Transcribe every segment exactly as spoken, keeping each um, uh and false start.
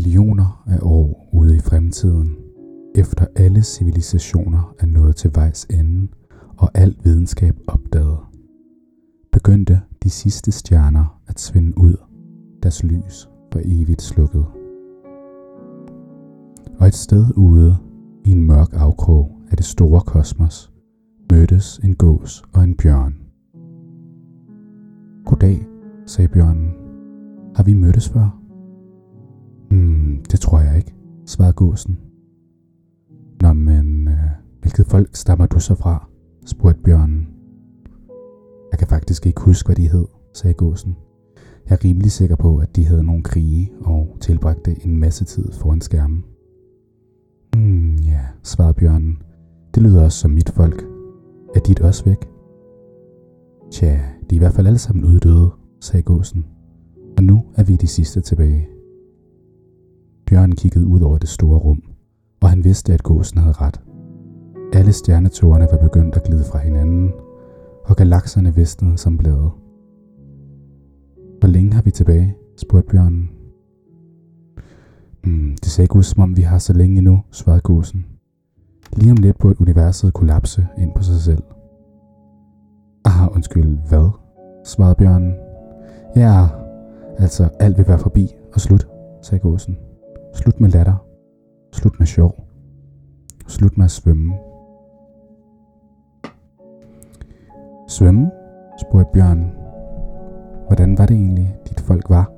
Millioner af år ude i fremtiden, efter alle civilisationer er nået til vejs ende og al videnskab opdaget, begyndte de sidste stjerner at svinde ud, deres lys for evigt slukket. Og et sted ude i en mørk afkrog af det store kosmos mødtes en gås og en bjørn. Goddag, sagde bjørnen. Har vi mødtes før? Hmm, det tror jeg ikke, svarede gåsen. Nå, men øh, hvilket folk stammer du så fra? Spurgte bjørnen. Jeg kan faktisk ikke huske, hvad de hed, sagde gåsen. Jeg er rimelig sikker på, at de havde nogle krige og tilbragte en masse tid foran skærmen. Hmm, ja, svarede bjørnen. Det lyder også som mit folk. Er dit også væk? Tja, de er i hvert fald alle sammen uddøde, sagde gåsen. Og nu er vi de sidste tilbage. Bjørnen kiggede ud over det store rum, og han vidste, at gåsen havde ret. Alle stjernetårerne var begyndt at glide fra hinanden, og galakserne visnede som blade. Hvor længe har vi tilbage? Spurgte bjørnen. Hmm, det ser ikke ud, som om vi har så længe endnu, svarede gåsen. Lige om lidt burde universet kollapse ind på sig selv. Ah, undskyld, hvad? Svarede bjørnen. Ja, altså alt vil være forbi og slut, sagde gåsen. Slut med latter. Slut med sjov. Slut med at svømme. Svømme? Spurgte bjørnen. Hvordan var det egentlig, dit folk var?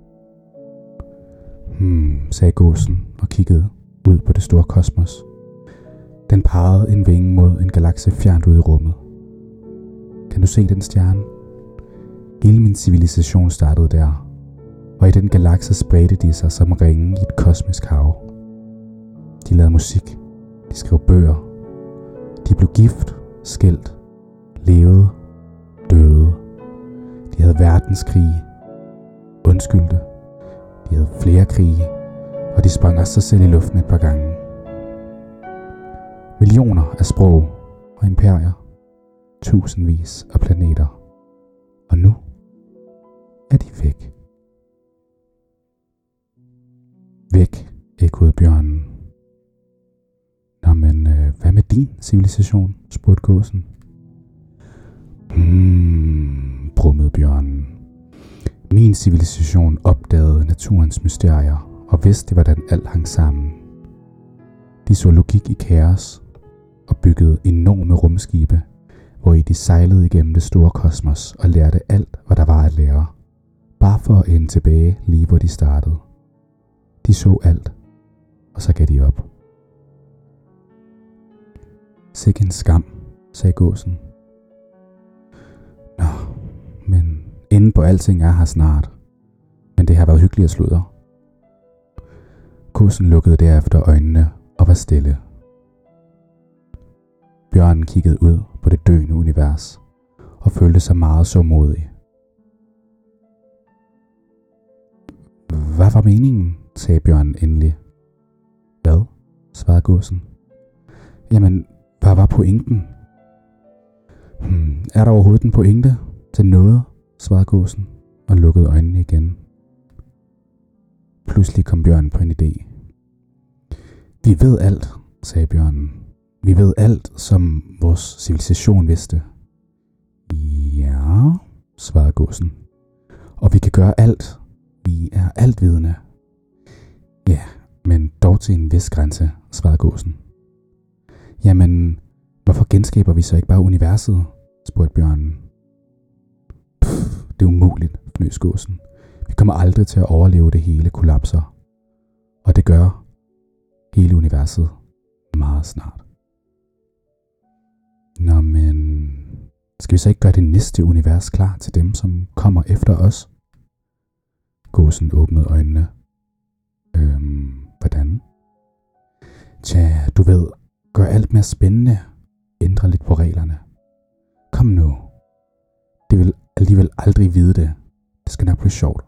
Hmm, sagde gåsen og kiggede ud på det store kosmos. Den pegede en vinge mod en galakse fjernt ude i rummet. Kan du se den stjerne? Hele min civilisation startede der, og i den galakse spredte de sig som ringe i et kosmisk hav. De lavede musik, de skrev bøger, de blev gift, skilt, levede, døde. De havde verdenskrige, undskyldte, de havde flere krige, og de sprang også sig selv i luften et par gange. Millioner af sprog og imperier, tusindvis af planeter, og nu er de væk. Væk, ekkoede bjørnen. Nå, men øh, hvad med din civilisation? Spurgte gåsen. Hmm, brummede bjørnen. Min civilisation opdagede naturens mysterier og vidste, hvordan alt hang sammen. De så logik i kaos og byggede enorme rumskibe, hvori de sejlede igennem det store kosmos og lærte alt, hvad der var at lære, bare for at ende tilbage lige hvor de startede. De så alt, og så gav de op. Sikke en skam, sagde gåsen. Nå, men enden på alting er her snart, men det har været hyggeligt at sludre. Gåsen lukkede derefter øjnene og var stille. Bjørnen kiggede ud på det døende univers og følte sig meget sårmodig. Hvad var meningen? Sagde bjørnen endelig. Hvad? Svarede gåsen. Jamen, hvad var pointen? Hmm, er der overhovedet en pointe til noget? Svarede gåsen og lukkede øjnene igen. Pludselig kom bjørnen på en idé. Vi ved alt, sagde bjørnen. Vi ved alt, som vores civilisation vidste. Ja, svarede gåsen. Og vi kan gøre alt. Vi er altvidende. Ja, men dog til en vis grænse, svarede gåsen. Jamen, hvorfor genskaber vi så ikke bare universet? Spurgte bjørnen. Pff, det er umuligt, fnøs gåsen. Vi kommer aldrig til at overleve, det hele kollapser. Og det gør hele universet meget snart. Nå, men skal vi så ikke gøre det næste univers klar til dem, som kommer efter os? Gåsen åbnede øjnene. Øhm, hvordan? Tja, du ved, gør alt mere spændende. Ændre lidt på reglerne. Kom nu. Det vil alligevel aldrig vide det. Det skal nok blive sjovt.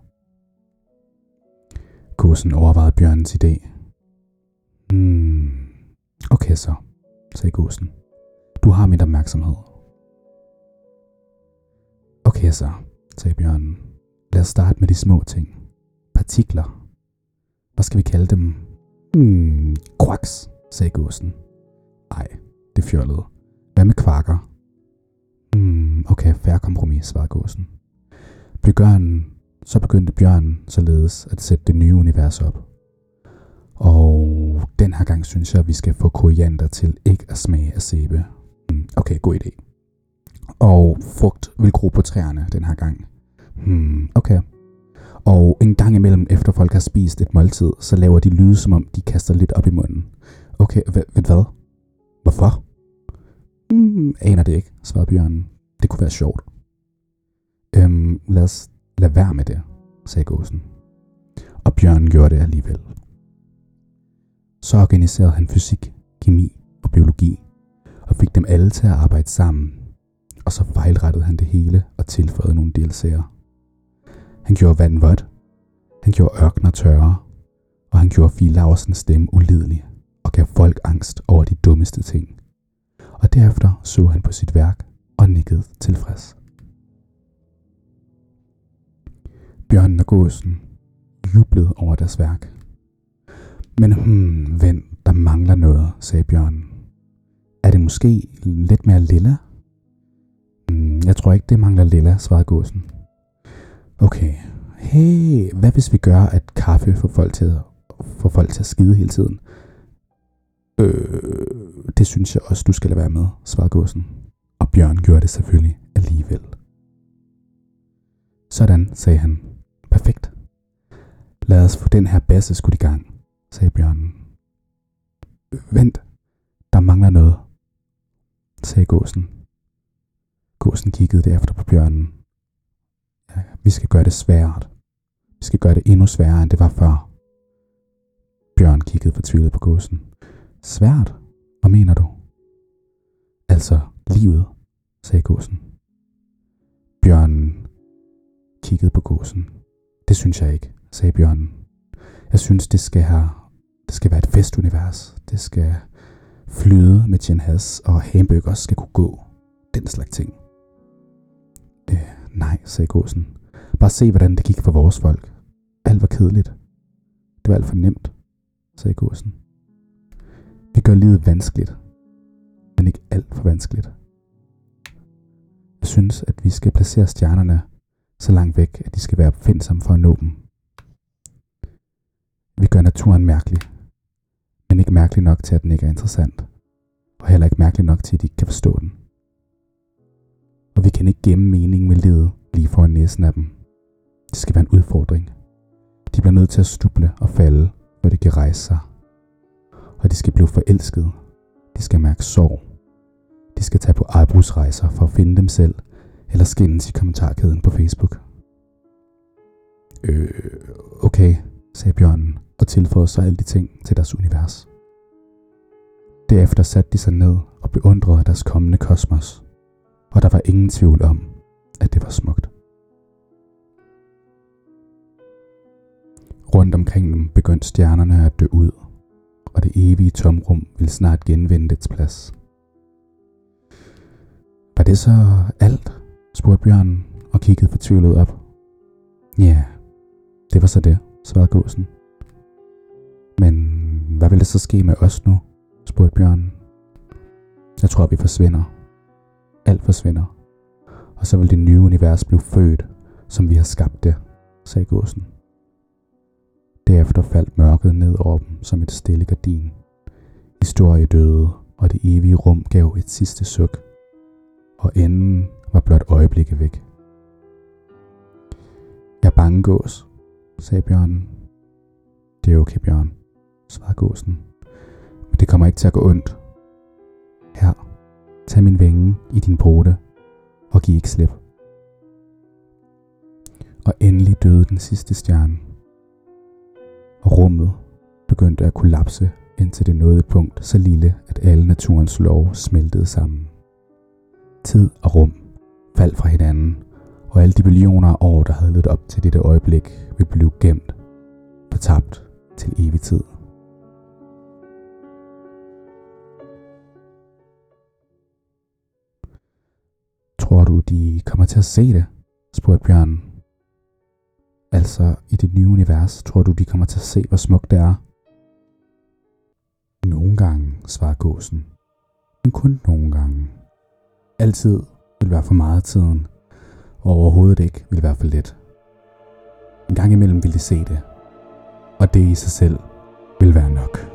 Gåsen overvejede bjørnens idé. Hmm, okay så, sagde gåsen. Du har min opmærksomhed. Okay så, sagde bjørnen. Lad os starte med de små ting. Partikler. Hvad skal vi kalde dem? Hmm, quacks, sagde gåsen. Ej, det fjollede. Hvad med kvakker? Hmm, okay, fair kompromis, svarede gåsen. Bjørnen, så begyndte bjørnen således at sætte det nye univers op. Og den her gang synes jeg, at vi skal få koriander til ikke at smage af sæbe. Hmm, okay, god idé. Og frugt vil gro på træerne den her gang. Hmm, okay. Og en gang imellem, efter folk har spist et måltid, så laver de lyde, som om de kaster lidt op i munden. Okay, ved, ved hvad? Hvorfor? Hmm, aner det ikke, svarede bjørnen. Det kunne være sjovt. Øhm, lad os lade være med det, sagde gåsen. Og bjørnen gjorde det alligevel. Så organiserede han fysik, kemi og biologi, og fik dem alle til at arbejde sammen. Og så fejlrettede han det hele og tilføjede nogle delsager. Han gjorde vand vådt, han gjorde ørkener tørre, og han gjorde Fie Laursens stemme ulidelig og gav folk angst over de dummeste ting. Og derefter så han på sit værk og nikkede tilfreds. Bjørnen og gåsen jublede over deres værk. Men hmm, ven, der mangler noget, sagde bjørnen. Er det måske lidt mere lilla? Hmm, jeg tror ikke, det mangler lilla, svarede gåsen. Okay, hey, hvad hvis vi gør, at kaffe får folk til at, får folk til at skide hele tiden? Øh, det synes jeg også, du skal lade være med, svarede gåsen. Og bjørn gjorde det selvfølgelig alligevel. Sådan, sagde han. Perfekt. Lad os få den her basse skudt i gang, sagde bjørnen. Vent, der mangler noget, sagde gåsen. Gåsen kiggede derefter på bjørnen. Ja, vi skal gøre det sværere. Vi skal gøre det endnu sværere, end det var før. Bjørn kiggede fortvivlet på gåsen. Svært? Hvad mener du? Altså livet, sagde gåsen. Bjørnen kiggede på gåsen. Det synes jeg ikke, sagde bjørnen. Jeg synes, det skal have, det skal være et festunivers. Det skal flyde med gin has, og hamburgers skal kunne gå. Den slags ting. Øh, nej, sagde gåsen. Bare se, hvordan det gik for vores folk. Alt var kedeligt. Det var alt for nemt, sagde gåsen. Vi gør livet vanskeligt, men ikke alt for vanskeligt. Jeg synes, at vi skal placere stjernerne så langt væk, at de skal være opfindsomme for at nå dem. Vi gør naturen mærkelig, men ikke mærkelig nok til, at den ikke er interessant, og heller ikke mærkelig nok til, at de ikke kan forstå den. Og vi kan ikke gemme mening med livet lige foran næsen af dem. Det skal være en udfordring. De bliver nødt til at stuble og falde, hvor de kan rejse sig. Og de skal blive forelskede. De skal mærke sorg. De skal tage på arbejdsrejser for at finde dem selv, eller skændes i kommentarkæden på Facebook. Øh, okay, sagde bjørnen og tilføjede så alle de ting til deres univers. Derefter satte de sig ned og beundrede deres kommende kosmos, og der var ingen tvivl om, at det var smukt. Rundt omkring dem begyndte stjernerne at dø ud, og det evige tomrum ville snart genvinde dets plads. Var det så alt? Spurgte bjørnen og kiggede fortvivlet op. Ja, det var så det, svarede gåsen. Men hvad vil det så ske med os nu? Spurgte bjørnen. Jeg tror, vi forsvinder. Alt forsvinder. Og så vil det nye univers blive født, som vi har skabt det, sagde gåsen. Derefter faldt mørket ned over dem som et stille gardin. Historie døde, og det evige rum gav et sidste suk. Og enden var blot øjeblikke væk. Jeg er bange, gås, sagde bjørnen. Det er okay, bjørn, svarede gåsen. Men det kommer ikke til at gå ondt. Her, tag min vinge i din pote og giv ikke slip. Og endelig døde den sidste stjerne. Og rummet begyndte at kollapse, indtil det nåede et punkt så lille, at alle naturens love smeltede sammen. Tid og rum faldt fra hinanden, og alle de billioner af år, der havde ledt op til dette øjeblik, ville blive gemt, fortabt til evig tid. Tror du, de kommer til at se det? Spurgte bjørnen. Altså, i det nye univers, tror du, de kommer til at se, hvor smukt det er? Nogle gange, svarer gåsen. Men kun nogle gange. Altid vil være for meget tiden, og overhovedet ikke vil være for lidt. En gang imellem vil de se det, og det i sig selv vil være nok.